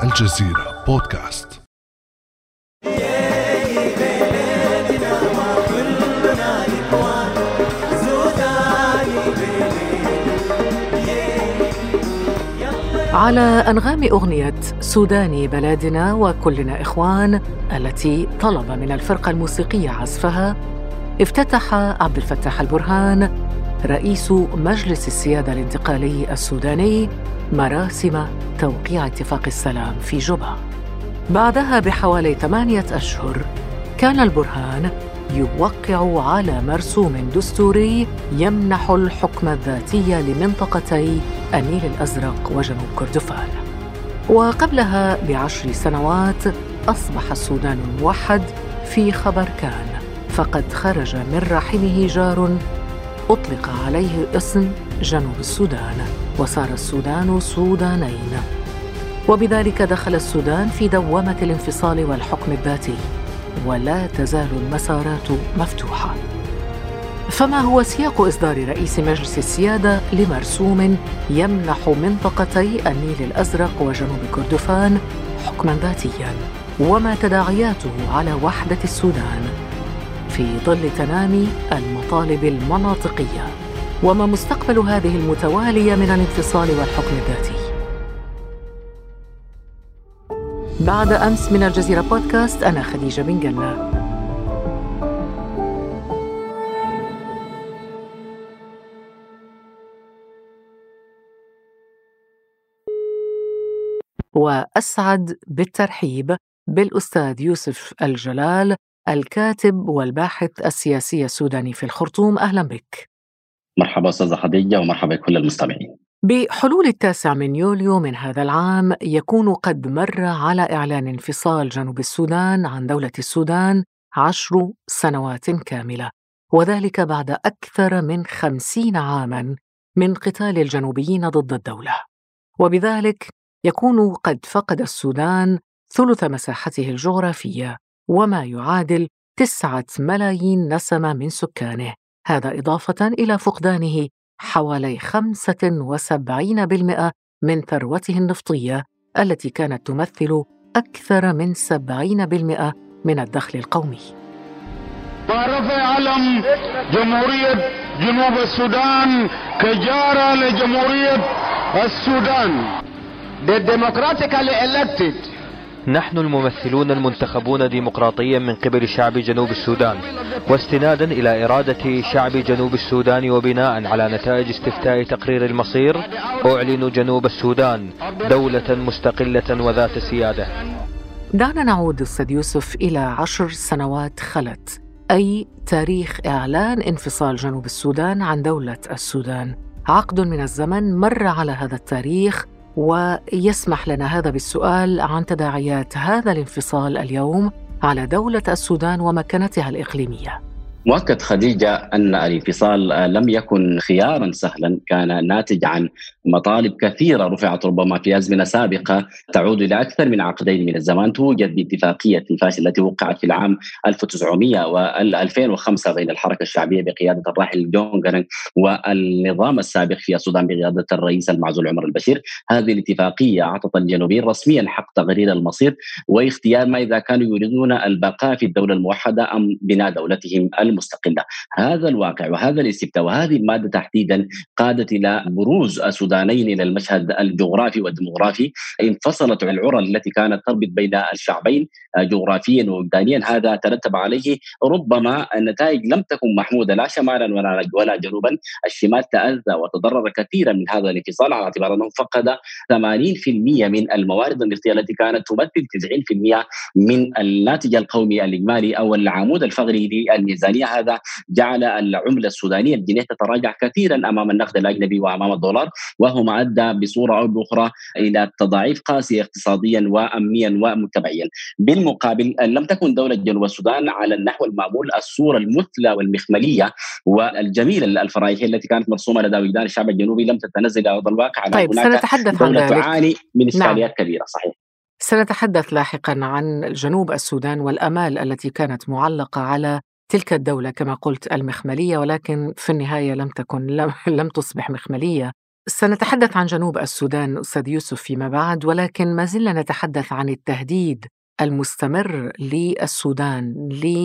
الجزيرة بودكاست. على أنغام أغنية سوداني بلادنا وكلنا إخوان التي طلب من الفرقة الموسيقية عزفها، افتتح عبد الفتاح البرهان رئيس مجلس السيادة الانتقالي السوداني مراسم توقيع اتفاق السلام في جوبا. بعدها بحوالي 8 أشهر كان البرهان يوقع على مرسوم دستوري يمنح الحكم الذاتي لمنطقتي النيل الأزرق وجنوب كردفان. وقبلها ب10 سنوات أصبح السودان الموحد في خبر كان، فقد خرج من رحمه جار أطلق عليه اسم جنوب السودان، وصار السودان سودانين، وبذلك دخل السودان في دوامة الانفصال والحكم الذاتي، ولا تزال المسارات مفتوحة. فما هو سياق إصدار رئيس مجلس السيادة لمرسوم يمنح منطقتي النيل الأزرق وجنوب كردفان حكماً ذاتياً، وما تداعياته على وحدة السودان في ظل تنامي المطالب المناطقية، وما مستقبل هذه المتوالية من الانفصال والحكم الذاتي؟ بعد أمس من الجزيرة بودكاست، أنا خديجة بن جلة. وأسعد بالترحيب بالأستاذ يوسف الجلال، الكاتب والباحث السياسي السوداني في الخرطوم. أهلا بك. مرحبا أستاذة خديجة، ومرحبا بكل المستمعين. بحلول 9 يوليو من هذا العام يكون قد مر على إعلان انفصال جنوب السودان عن دولة السودان 10 سنوات كاملة، وذلك بعد أكثر من 50 عاماً من قتال الجنوبيين ضد الدولة، وبذلك يكون قد فقد السودان ثلث مساحته الجغرافية وما يعادل 9 ملايين نسمة من سكانه، هذا إضافة إلى فقدانه حوالي 75% من ثروته النفطية التي كانت تمثل أكثر من 70% من الدخل القومي. ورفع علم جمهورية جنوب السودان كجارة لجمهورية السودان. The democratically elected. نحن الممثلون المنتخبون ديمقراطيا من قبل شعب جنوب السودان، واستنادا إلى إرادة شعب جنوب السودان وبناء على نتائج استفتاء تقرير المصير، أعلن جنوب السودان دولة مستقلة وذات سيادة. دعنا نعود أستاذ يوسف إلى 10 سنوات خلت، أي تاريخ إعلان انفصال جنوب السودان عن دولة السودان. عقد من الزمن مر على هذا التاريخ، ويسمح لنا هذا بالسؤال عن تداعيات هذا الانفصال اليوم على دولة السودان ومكانتها الإقليمية. مؤكد خديجة أن الانفصال لم يكن خياراً سهلاً، كان ناتج عن مطالب كثيرة رفعت ربما في أزمنة سابقة تعود إلى أكثر من عقدين من الزمان. توجد باتفاقية الفاش التي وقعت في العام 1900 و2005 بين الحركة الشعبية بقيادة الراحل جون غارنغ والنظام السابق في السودان بقيادة الرئيس المعزول عمر البشير. هذه الاتفاقية أعطت الجنوبيين رسمياً حق تغيير المصير واختيار ما إذا كانوا يريدون البقاء في الدولة الموحدة أم بناء دولتهم المستقلة. هذا الواقع وهذا الاستفتاء وهذه المادة تحديدا قادت إلى بروز السودانيين إلى المشهد الجغرافي والديموغرافي. انفصلت العرى التي كانت تربط بين الشعبين جغرافيا ووجدانيا، هذا ترتب عليه ربما النتائج لم تكن محمودة لا شمالا ولا جنوبا. الشمال تأذى وتضرر كثيرا من هذا الانفصال على اعتبار أنه فقد 80% من الموارد النفطية التي كانت تمثل 90% من الناتج القومي الإجمالي أو العمود الفقري للميزانية. هذا جعل العملة السودانية الجنيه تتراجع كثيرا أمام النقد الأجنبي وأمام الدولار، وهو ما أدى بصورة أو بأخرى إلى تضاعيف قاسي اقتصاديا وأمنيا ومجتمعيا. بالمقابل لم تكن دولة جنوب السودان على النحو المأمول الصورة المثلى والمخملية والجميلة الفرائحية التي كانت مرسومة لدى وجدان الشعب الجنوبي لم تتنزل على أرض الواقع. طيب، سنتحدث دولة عن ذلك. تعاني من إشكاليات كبيرة. صحيح، سنتحدث لاحقا عن جنوب السودان والأمال التي كانت معلقة على تلك الدولة كما قلت المخملية، ولكن في النهاية لم تصبح مخملية. سنتحدث عن جنوب السودان أستاذ يوسف فيما بعد، ولكن ما زلنا نتحدث عن التهديد المستمر للسودان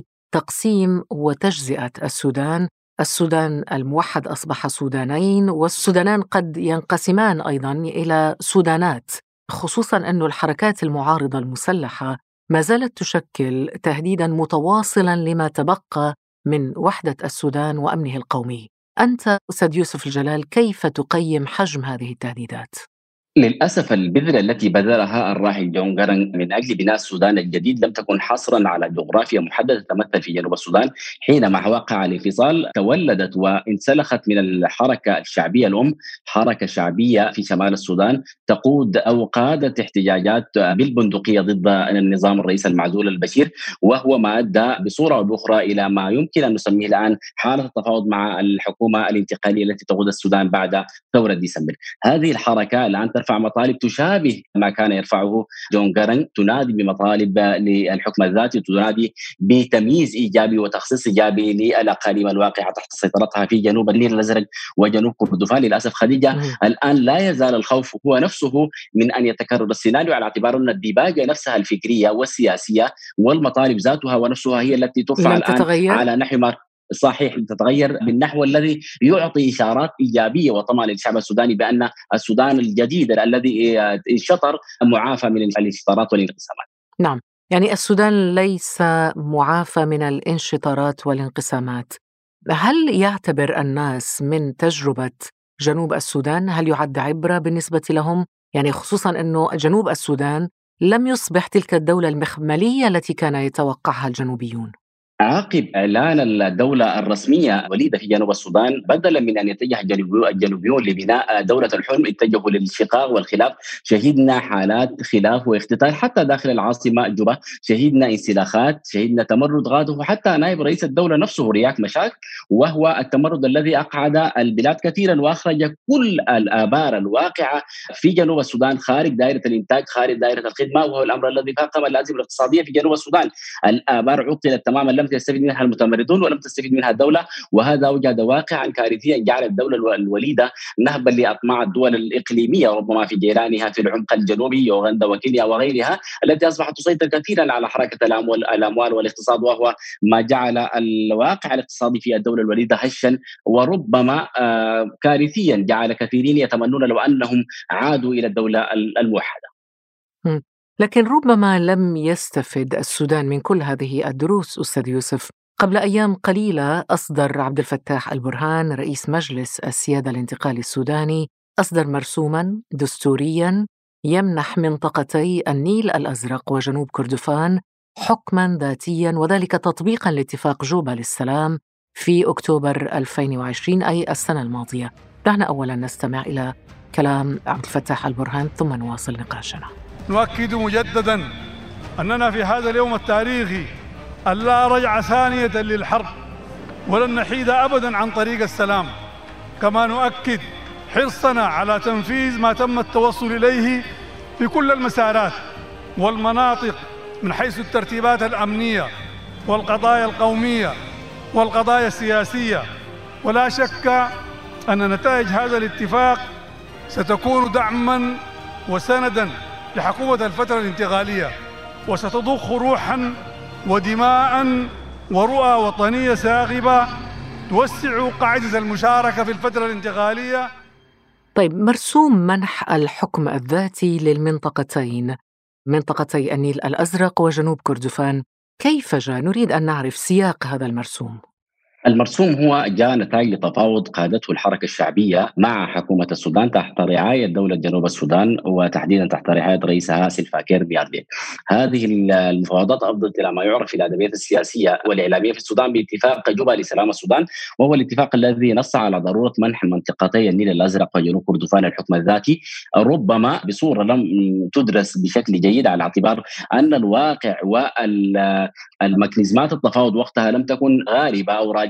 لتقسيم وتجزئة السودان. السودان الموحد أصبح سودانين، والسودانان قد ينقسمان أيضا إلى سودانات، خصوصا أن الحركات المعارضة المسلحة ما زالت تشكل تهديدا متواصلا لما تبقى من وحدة السودان وأمنه القومي. أنت أستاذ يوسف الجلال، كيف تقيم حجم هذه التهديدات؟ للأسف البذرة التي بذرها الراحل جون جارنج من أجل بناء السودان الجديد لم تكن حصرا على جغرافيا محددة تتمثل في جنوب السودان. حينما وقع الانفصال تولدت وانسلخت من الحركة الشعبية الأم حركة شعبية في شمال السودان تقود أو قادت احتجاجات بالبندقية ضد النظام الرئيس المعزول البشير، وهو ما أدى بصورة أو بأخرى إلى ما يمكن أن نسميه الآن حالة التفاوض مع الحكومة الانتقالية التي تقود السودان بعد ثورة ديسمبر. هذه الحركة الآن ترفع مطالب تشابه ما كان يرفعه جون جارنج، تنادي بمطالب للحكم الذاتي، تنادي بتمييز إيجابي وتخصيص إيجابي للأقاليم الواقعة تحت سيطرتها في جنوب النيل الأزرق وجنوب كردفان. للأسف خديجة الآن لا يزال الخوف هو نفسه من أن يتكرر السيناريو، على اعتبار أن الديباجة نفسها الفكرية والسياسية والمطالب ذاتها ونفسها هي التي ترفع الآن تتغير؟ على نحو صحيح تتغير بالنحو الذي يعطي إشارات إيجابية وطمأنة للشعب السوداني بأن السودان الجديد الذي انشطر معافى من الانشطارات والانقسامات. نعم، يعني السودان ليس معافى من الانشطارات والانقسامات. هل يعتبر الناس من تجربة جنوب السودان، هل يعد عبرة بالنسبة لهم؟ يعني خصوصا أنه جنوب السودان لم يصبح تلك الدولة المخملية التي كان يتوقعها الجنوبيون. عقب إعلان الدولة الرسمية وليدة في جنوب السودان، بدلا من أن يتجه الجنوبيون لبناء دولة الحلم اتجهوا للشقاق والخلاف. شهدنا حالات خلاف واختتال حتى داخل العاصمة جوبا، شهدنا انسلاخات، شهدنا تمرد غاضب، وحتى نائب رئيس الدولة نفسه رياك مشاك، وهو التمرد الذي أقعد البلاد كثيرا وأخرج كل الآبار الواقعة في جنوب السودان خارج دائرة الإنتاج، خارج دائرة الخدمة، وهو الأمر الذي فاقم اللازمة الاقتصادية في جنوب السودان. الآبار عطلت تماما، لم تستفيد منها المتمردون ولم تستفيد منها الدولة، وهذا وجد واقعا كارثيا جعل الدولة الوليدة نهبا لأطماع الدول الإقليمية ربما في جيرانها في العمق الجنوبي، يوغندا وكينيا وغيرها، التي أصبحت تسيطر كثيرا على حركة الأموال والاقتصاد، وهو ما جعل الواقع الاقتصادي في الدولة الوليدة هشا وربما كارثيا، جعل كثيرين يتمنون لو أنهم عادوا إلى الدولة الموحدة. لكن ربما لم يستفد السودان من كل هذه الدروس أستاذ يوسف. قبل أيام قليلة أصدر عبد الفتاح البرهان رئيس مجلس السيادة الانتقالي السوداني أصدر مرسوما دستوريا يمنح منطقتي النيل الأزرق وجنوب كردفان حكما ذاتيا، وذلك تطبيقا لاتفاق جوبا للسلام في أكتوبر 2020، أي السنة الماضية. دعنا أولا نستمع إلى كلام عبد الفتاح البرهان ثم نواصل نقاشنا. نؤكد مجددا أننا في هذا اليوم التاريخي لا رجعة ثانية للحرب، ولن نحيد أبدا عن طريق السلام. كما نؤكد حرصنا على تنفيذ ما تم التوصل إليه في كل المسارات والمناطق من حيث الترتيبات الأمنية والقضايا القومية والقضايا السياسية. ولا شك أن نتائج هذا الاتفاق ستكون دعما وسندا لحكومة الفترة الانتقالية، وستضخ روحا ودماء ورؤى وطنية ساغبة توسع قاعدة المشاركة في الفترة الانتقالية. طيب، مرسوم منح الحكم الذاتي للمنطقتين، منطقتي النيل الأزرق وجنوب كردفان، كيف جاء؟ نريد أن نعرف سياق هذا المرسوم. المرسوم هو جاء نتاج لتفاوض قادته الحركة الشعبية مع حكومة السودان تحت رعاية دولة جنوب السودان، وتحديدا تحت رعاية رئيسها سيلفا كير بياردين. هذه المفاوضات أفضت إلى ما يعرف في الأدبيات السياسية والإعلامية في السودان باتفاق جوبا لسلام السودان، وهو الاتفاق الذي نص على ضرورة منح منطقتي النيل الأزرق وجنوب كردفان الحكم الذاتي، ربما بصورة لم تدرس بشكل جيد، على اعتبار أن الواقع والميكانيزمات التفاوض وقتها لم تكن غالبة أو راجعة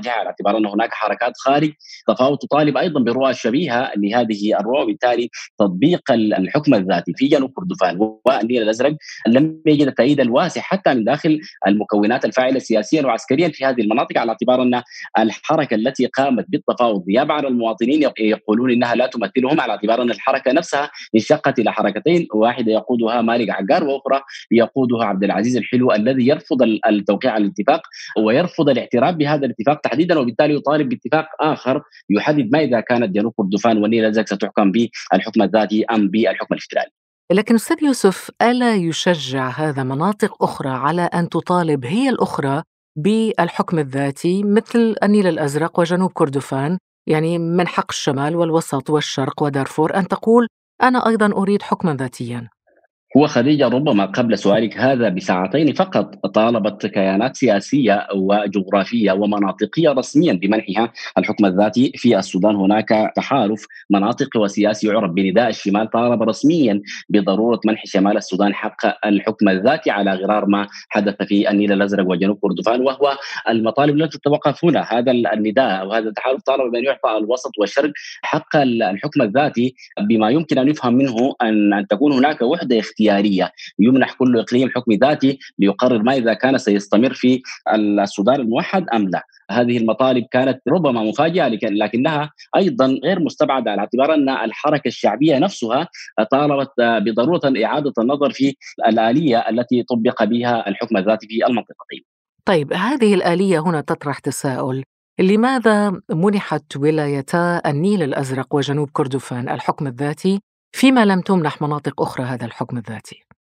مواجهة، على اعتبار أن هناك حركات خارج تفاوض تطالب أيضا برؤى شبيهة لهذه الرؤى، وبالتالي تطبيق الحكم الذاتي في جنوب كردفان والنيل الأزرق لم يجد التأييد الواسع حتى من داخل المكونات الفاعلة سياسيا وعسكريا في هذه المناطق، على اعتبار أن الحركة التي قامت بالتفاوض نيابة عن المواطنين يقولون إنها لا تمثلهم، على اعتبار أن الحركة نفسها انشقت إلى حركتين، واحدة يقودها مالك عقار وأخرى يقودها عبد العزيز الحلو الذي يرفض التوقيع على الاتفاق ويرفض الاعتراف بهذا الاتفاق تحديدا، وبالتالي يطالب باتفاق آخر يحدد ما إذا كانت جنوب كردفان والنيل الأزرق ستحكم بالحكم الذاتي أم بالحكم الافتراضي. لكن أستاذ يوسف، ألا يشجع هذا مناطق أخرى على أن تطالب هي الأخرى بالحكم الذاتي مثل النيل الأزرق وجنوب كردفان؟ يعني من حق الشمال والوسط والشرق ودارفور أن تقول أنا أيضا أريد حكما ذاتيا. هو خديجة ربما قبل سؤالك هذا بساعتين فقط طالبت كيانات سياسية وجغرافية ومناطقية رسميا بمنحها الحكم الذاتي في السودان. هناك تحالف مناطقي وسياسي يعرف بنداء الشمال طالب رسميا بضرورة منح شمال السودان حق الحكم الذاتي على غرار ما حدث في النيل الأزرق وجنوب كردفان، وهو المطالب التي تتوقف هنا. هذا النداء أو هذا التحالف طالب بأن يعطى الوسط والشرق حق الحكم الذاتي بما يمكن أن يفهم منه أن تكون هناك وحدة اختيارية يمنح كل إقليم حكم ذاتي ليقرر ما إذا كان سيستمر في السودان الموحد أم لا. هذه المطالب كانت ربما مفاجئة لكنها أيضا غير مستبعدة، على اعتبار أن الحركة الشعبية نفسها طالبت بضرورة إعادة النظر في الآلية التي طبق بها الحكم الذاتي في المنطقتين. طيب، هذه الآلية هنا تطرح تساؤل: لماذا منحت ولايتا النيل الأزرق وجنوب كردفان الحكم الذاتي فيما لم تمنح مناطق أخرى هذا الحكم الذاتي؟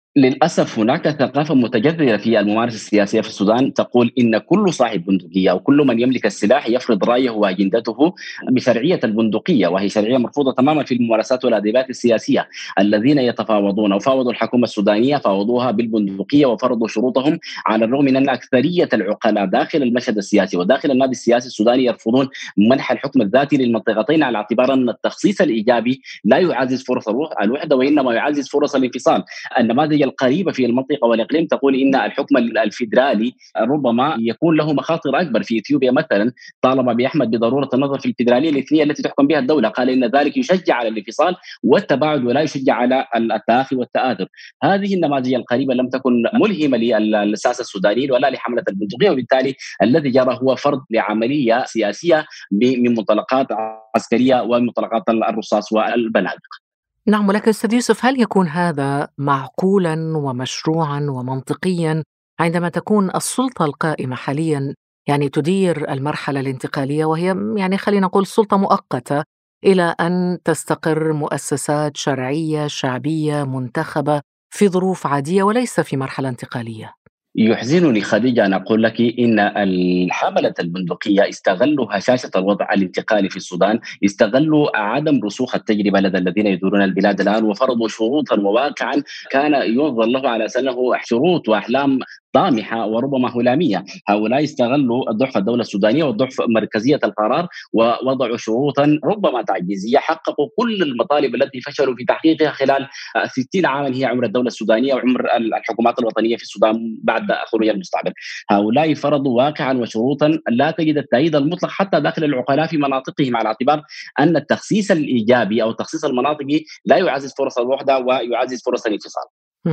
للأسف هناك ثقافة متجذرة في الممارسة السياسية في السودان تقول إن كل صاحب بندقية أو كل من يملك السلاح يفرض رأيه وأجندته بشرعية البندقية، وهي شرعية مرفوضة تماما في الممارسات والأدبيات السياسية. الذين يتفاوضون أو فاوضوا الحكومة السودانية فاوضوها بالبندقية وفرضوا شروطهم، على الرغم من أن أكثرية العقلاء داخل المشهد السياسي وداخل النادي السياسي السوداني يرفضون منح الحكم الذاتي للمنطقتين، على اعتبار أن التخصيص الإيجابي لا يعزز فرص الوحدة وإنما يعزز فرص الانفصال. النماذج القريبة في المنطقة والإقليم تقول إن الحكم الفيدرالي ربما يكون له مخاطر أكبر. في إثيوبيا مثلا طالب بأحمد بضرورة النظر في الفيدرالية الإثنية التي تحكم بها الدولة، قال إن ذلك يشجع على الانفصال والتباعد ولا يشجع على التآخي والتآثر. هذه النماذج القريبة لم تكن ملهمة للساسة السودانيين ولا لحملة البندقية، وبالتالي الذي جرى هو فرض لعملية سياسية من منطلقات عسكرية ومن منطلقات الرصاص والبنادق. نعم، ولكن أستاذ يوسف، هل يكون هذا معقولا ومشروعا ومنطقيا عندما تكون السلطة القائمة حاليا يعني تدير المرحلة الانتقالية، وهي يعني خلينا نقول سلطة مؤقتة إلى أن تستقر مؤسسات شرعية شعبية منتخبة في ظروف عادية وليس في مرحلة انتقالية؟ يحزنني خديجة أن أقول لك إن الحملة البندقية استغلوا هشاشة الوضع الانتقالي في السودان، استغلوا عدم رسوخ التجربة لدى الذين يدورون البلاد الآن وفرضوا شروطا وواقعا كان ينظر له على أنه شروط وأحلام طامحة وربما هلامية. هؤلاء استغلوا ضعف الدولة السودانية وضعف مركزية القرار ووضعوا شروطا ربما تعجيزية، حققوا كل المطالب التي فشلوا في تحقيقها خلال 60 عاما هي عمر الدولة السودانية وعمر الحكومات الوطنية في السودان بعد خروج المستعمر. هؤلاء فرضوا واقعا وشروطا لا تجد التأييد المطلق حتى داخل العقلاء في مناطقهم، على اعتبار أن التخصيص الإيجابي أو التخصيص المناطقي لا يعزز فرص الوحدة ويعزز فرص الانفصال.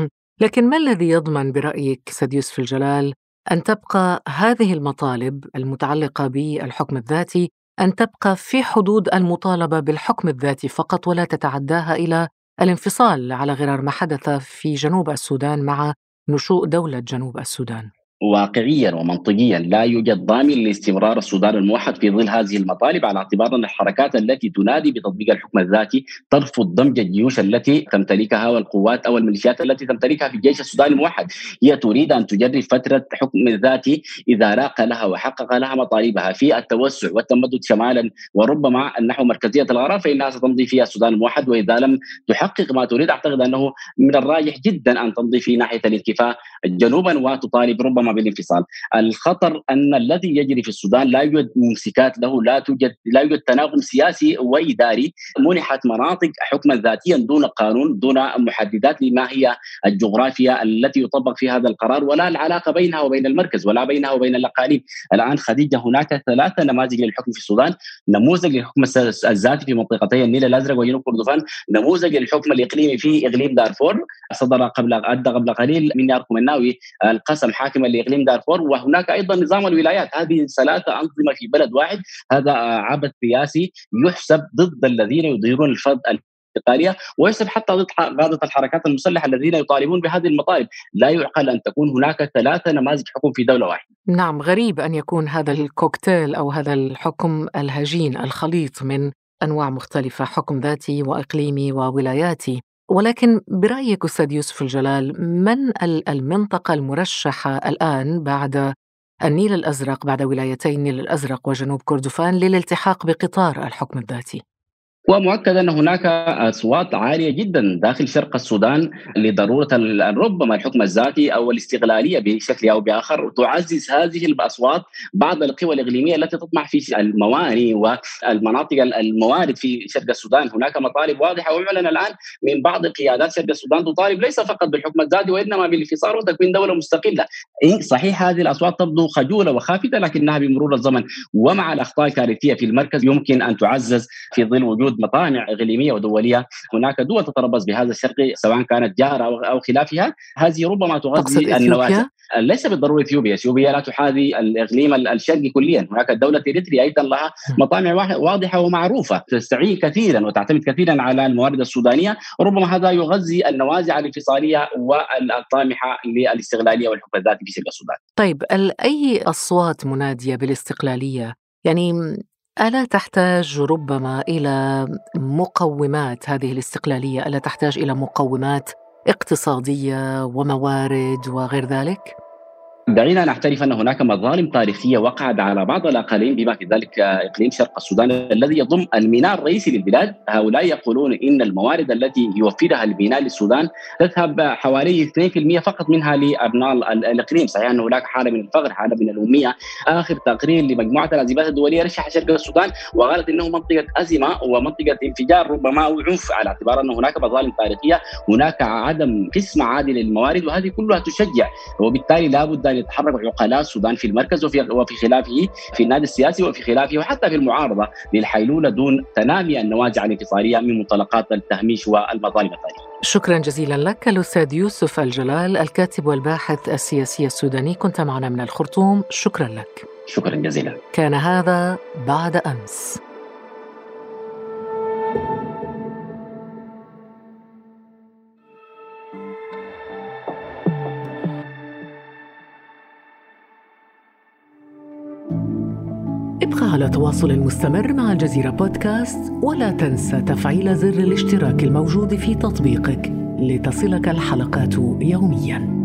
لكن ما الذي يضمن برأيك سيد يوسف الجلال أن تبقى هذه المطالب المتعلقة بالحكم الذاتي أن تبقى في حدود المطالبة بالحكم الذاتي فقط ولا تتعداها إلى الانفصال على غرار ما حدث في جنوب السودان مع نشوء دولة جنوب السودان؟ واقعيا ومنطقيا لا يوجد ضامن لاستمرار السودان الموحد في ظل هذه المطالب، على اعتبار أن الحركات التي تنادي بتطبيق الحكم الذاتي ترفض دمج الجيوش التي تمتلكها والقوات أو الميليشيات التي تمتلكها في الجيش السوداني الموحد. هي تريد أن تجرب فترة حكم ذاتي إذا راق لها وحقق لها مطالبها في التوسع والتمدد شمالا وربما نحو مركزية القرار، فإنها ستمضي فيها السودان الموحد. وإذا لم تحقق ما تريد أعتقد أنه من الراجح جدا أن تمضي في ناحية الانكفاء جنوبا وتطالب ربما ربما بالانفصال. الخطر أن الذي يجري في السودان لا يوجد ممسكات له، لا يوجد تناغم سياسي وإداري، منحت مناطق حكما ذاتيا دون قانون، دون محددات لما هي الجغرافيا التي يطبق فيها هذا القرار، ولا العلاقة بينها وبين المركز ولا بينها وبين الأقاليم. الآن خديجة هناك 3 نماذج للحكم في السودان: نموذج للحكم الذاتي في منطقتي النيل الأزرق وجنوب كردفان، نموذج للحكم الإقليمي في إقليم دارفور صدر قبل قليل من ياركم الناوي القسم حاكما لإقليم دارفور، وهناك أيضا نظام الولايات. هذه 3 أنظمة في بلد واحد. هذا عبث سياسي يحسب ضد الذين يظهرون الفرض الانتقالية، ويحسب حتى ضد قادة الحركات المسلحة الذين يطالبون بهذه المطالب. لا يعقل أن تكون هناك 3 نماذج حكم في دولة واحدة. نعم، غريب أن يكون هذا الكوكتيل أو هذا الحكم الهجين الخليط من أنواع مختلفة، حكم ذاتي وإقليمي وولاياتي. ولكن برأيك أستاذ يوسف الجلال، من المنطقة المرشحة الآن بعد النيل الأزرق، بعد ولايتي النيل الأزرق وجنوب كردفان، للالتحاق بقطار الحكم الذاتي؟ ومؤكد أن هناك أصوات عالية جدا داخل شرق السودان لضرورة ربما الحكم الذاتي أو الاستقلالية بشكل أو بآخر، تعزز هذه الأصوات بعض القوى الإقليمية التي تطمح في الموانئ والمناطق الموارد في شرق السودان. هناك مطالب واضحة ومعلنة الآن من بعض قيادات شرق السودان تطالب ليس فقط بالحكم الذاتي وإنما بالانفصال وتكوين دولة مستقلة. صحيح هذه الأصوات تبدو خجولة وخافتة، لكنها بمرور الزمن ومع الأخطاء الكارثية في المركز يمكن أن تعزز في ظل وجود مطامع إقليمية ودولية. هناك دول تتربص بهذا الشرق سواء كانت جارة أو خلافها، هذه ربما تغذي النواجذ. ليس بالضرورة إثيوبيا لا تحاذي الإقليم الشرقي كليا. هناك الدولة إريتريا أيضا لها مطامع واضحة ومعروفة، تستعين كثيرا وتعتمد كثيرا على الموارد السودانية، وربما هذا يغذي النوازع الانفصالية والطامحة للاستقلالية والحكم الذاتي في شرق السودان. طيب، أي أصوات منادية بالاستقلالية يعني ألا تحتاج ربما إلى مقومات هذه الاستقلالية؟ ألا تحتاج إلى مقومات اقتصادية وموارد وغير ذلك؟ دعينا نعترف أن هناك مظالم تاريخية وقعت على بعض الأقاليم بما في ذلك إقليم شرق السودان الذي يضم الميناء الرئيسي للبلاد. هؤلاء يقولون إن الموارد التي يوفرها الميناء للسودان تذهب حوالي 2% فقط منها لأبناء الإقليم. صحيح أن هناك حالة من الفقر، حالة من الأمية. آخر تقرير لمجموعة الأنظمات الدولية رشح شرق السودان وقالت إنه منطقة أزمة ومنطقة انفجار ربما أو عنف، على اعتبار أن هناك مظالم تاريخية، هناك عدم قسم عادل للموارد، وهذه كلها تشجع. وبالتالي لا بد أن يتحرك عقلاء السودان في المركز وفي خلافه في النادي السياسي وفي خلافه وحتى في المعارضة للحيلولة دون تنامي النوازع الانفصالية من منطلقات التهميش والمظالم التاريخية. شكرا جزيلا لك الأستاذ يوسف الجلال، الكاتب والباحث السياسي السوداني، كنت معنا من الخرطوم. شكرا لك. شكرا جزيلا. كان هذا بعد أمس. ابقى على تواصل مستمر مع الجزيرة بودكاست، ولا تنسى تفعيل زر الاشتراك الموجود في تطبيقك لتصلك الحلقات يومياً.